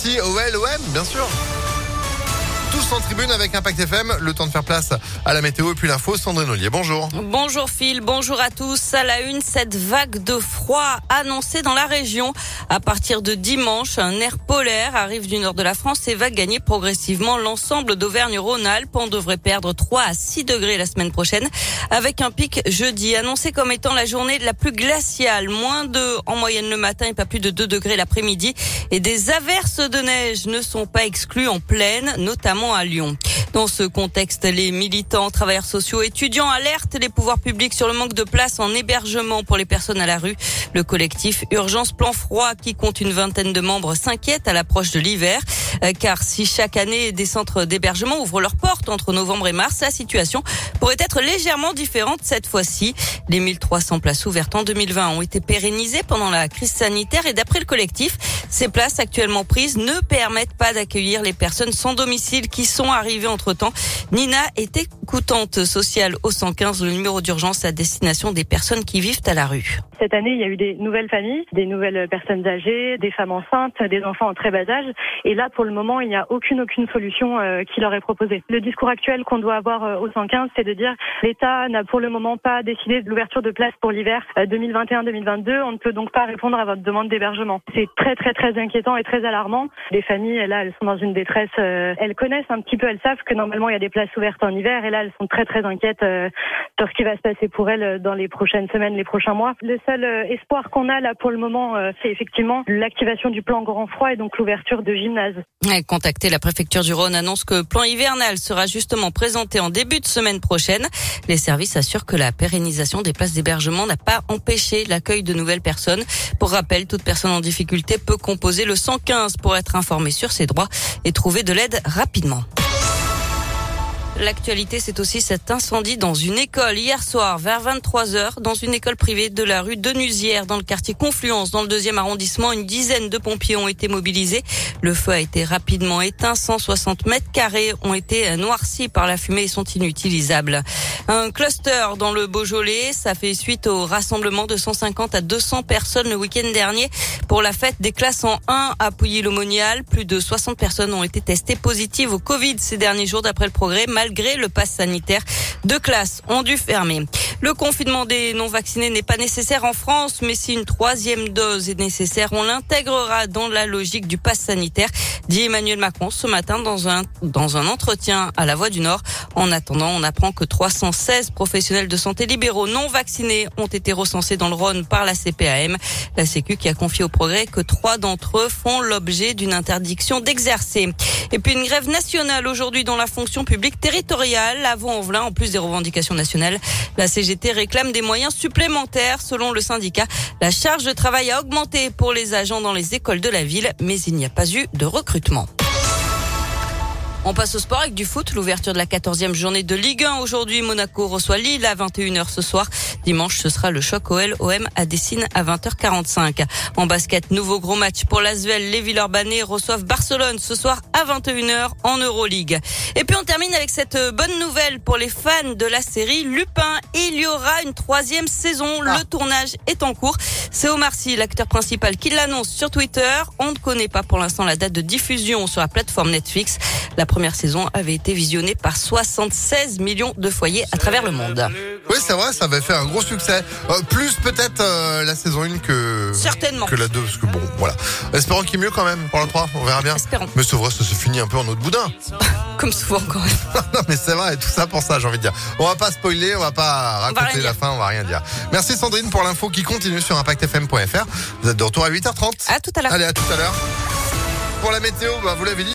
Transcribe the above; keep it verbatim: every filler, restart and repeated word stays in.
Merci O L O M, bien sûr. Tous en tribune avec Impact F M. Le temps de faire place à la météo et puis l'info. Sandrine Ollier, bonjour. Bonjour Phil, bonjour à tous. À la une, cette vague de froid annoncée dans la région. À partir de dimanche, un air polaire arrive du nord de la France et va gagner progressivement l'ensemble d'Auvergne-Rhône-Alpes. On devrait perdre trois à six degrés la semaine prochaine avec un pic jeudi annoncé comme étant la journée la plus glaciale. Moins de en moyenne le matin et pas plus de deux degrés l'après-midi. Et des averses de neige ne sont pas exclues en plaine, notamment à Lyon. Dans ce contexte, les militants, travailleurs sociaux, étudiants alertent les pouvoirs publics sur le manque de place en hébergement pour les personnes à la rue. Le collectif Urgence Plan Froid, qui compte une vingtaine de membres, s'inquiète à l'approche de l'hiver. Car si chaque année des centres d'hébergement ouvrent leurs portes entre novembre et mars, la situation pourrait être légèrement différente cette fois-ci. Les mille trois cents places ouvertes en deux mille vingt ont été pérennisées pendant la crise sanitaire et d'après le collectif, ces places actuellement prises ne permettent pas d'accueillir les personnes sans domicile qui sont arrivées entre-temps. Nina est écoutante sociale au cent quinze, le numéro d'urgence à destination des personnes qui vivent à la rue. Cette année, il y a eu des nouvelles familles, des nouvelles personnes âgées, des femmes enceintes, des enfants en très bas âge. Et là, pour le moment, il n'y a aucune aucune solution euh, qui leur est proposée. Le discours actuel qu'on doit avoir euh, au cent quinze, c'est de dire l'État n'a pour le moment pas décidé de l'ouverture de places pour l'hiver euh, deux mille vingt et un deux mille vingt-deux. On ne peut donc pas répondre à votre demande d'hébergement. C'est très très très inquiétant et très alarmant. Les familles, là, elles sont dans une détresse. Euh, elles connaissent un petit peu, elles savent que normalement il y a des places ouvertes en hiver. Et là, elles sont très très inquiètes euh, sur ce qui va se passer pour elles dans les prochaines semaines, les prochains mois. Le seul euh, espoir qu'on a là pour le moment, euh, c'est effectivement l'activation du plan grand froid et donc l'ouverture de gymnases. Contacté, la préfecture du Rhône annonce que le plan hivernal sera justement présenté en début de semaine prochaine. Les services assurent que la pérennisation des places d'hébergement n'a pas empêché l'accueil de nouvelles personnes. Pour rappel, toute personne en difficulté peut composer le cent quinze pour être informée sur ses droits et trouver de l'aide rapidement. L'actualité, c'est aussi cet incendie dans une école hier soir vers vingt-trois heures dans une école privée de la rue Denusière dans le quartier Confluence dans le deuxième arrondissement. Une dizaine de pompiers ont été mobilisés. Le feu a été rapidement éteint. cent soixante mètres carrés ont été noircis par la fumée et sont inutilisables. Un cluster dans le Beaujolais, ça fait suite au rassemblement de cent cinquante à deux cents personnes le week-end dernier pour la fête des classes en un à Pouilly-le-Monial. Plus de soixante personnes ont été testées positives au Covid ces derniers jours d'après le Progrès. Malgré le pass sanitaire, deux classes ont dû fermer. Le confinement des non-vaccinés n'est pas nécessaire en France, mais si une troisième dose est nécessaire, on l'intégrera dans la logique du pass sanitaire, dit Emmanuel Macron ce matin dans un, dans un entretien à La Voix du Nord. En attendant, on apprend que trois cent seize professionnels de santé libéraux non vaccinés ont été recensés dans le Rhône par la C P A M. La Sécu qui a confié au Progrès que trois d'entre eux font l'objet d'une interdiction d'exercer. Et puis une grève nationale aujourd'hui dans la fonction publique territoriale à Vaux-en-Velin, en plus des revendications nationales. La C G T réclame des moyens supplémentaires. Selon le syndicat, la charge de travail a augmenté pour les agents dans les écoles de la ville, mais il n'y a pas eu de recrutement. On passe au sport avec du foot. L'ouverture de la quatorzième journée de Ligue un. Aujourd'hui, Monaco reçoit Lille à vingt et une heures ce soir. Dimanche, ce sera le choc O L O M à Dessine à vingt heures quarante-cinq. En basket, nouveau gros match pour l'A S V L. Les Villeurbanais reçoivent Barcelone ce soir à vingt et une heures en Euroleague. Et puis on termine avec cette bonne nouvelle pour les fans de la série Lupin. Il y aura une troisième saison. Ah. Le tournage est en cours. C'est Omar Sy, l'acteur principal, qui l'annonce sur Twitter. On ne connaît pas pour l'instant la date de diffusion sur la plateforme Netflix. La première saison avait été visionnée par soixante-seize millions de foyers à travers le monde. Oui, c'est vrai, ça avait fait un gros succès. Euh, plus peut-être euh, la saison un que, Certainement. que la deux. Parce que bon, voilà. Espérons qu'il y ait mieux quand même pour la trois, on verra bien. Espérons. Mais c'est vrai, ça se finit un peu en eau de boudin. Comme souvent quand même. Non mais c'est vrai, tout ça pour ça, j'ai envie de dire. On va pas spoiler, on va pas raconter la fin, on va rien dire. Merci Sandrine pour l'info qui continue sur impact f m point f r. Vous êtes de retour à huit heures trente. À tout à l'heure. Allez, à tout à l'heure. Pour la météo, bah, vous l'avez dit.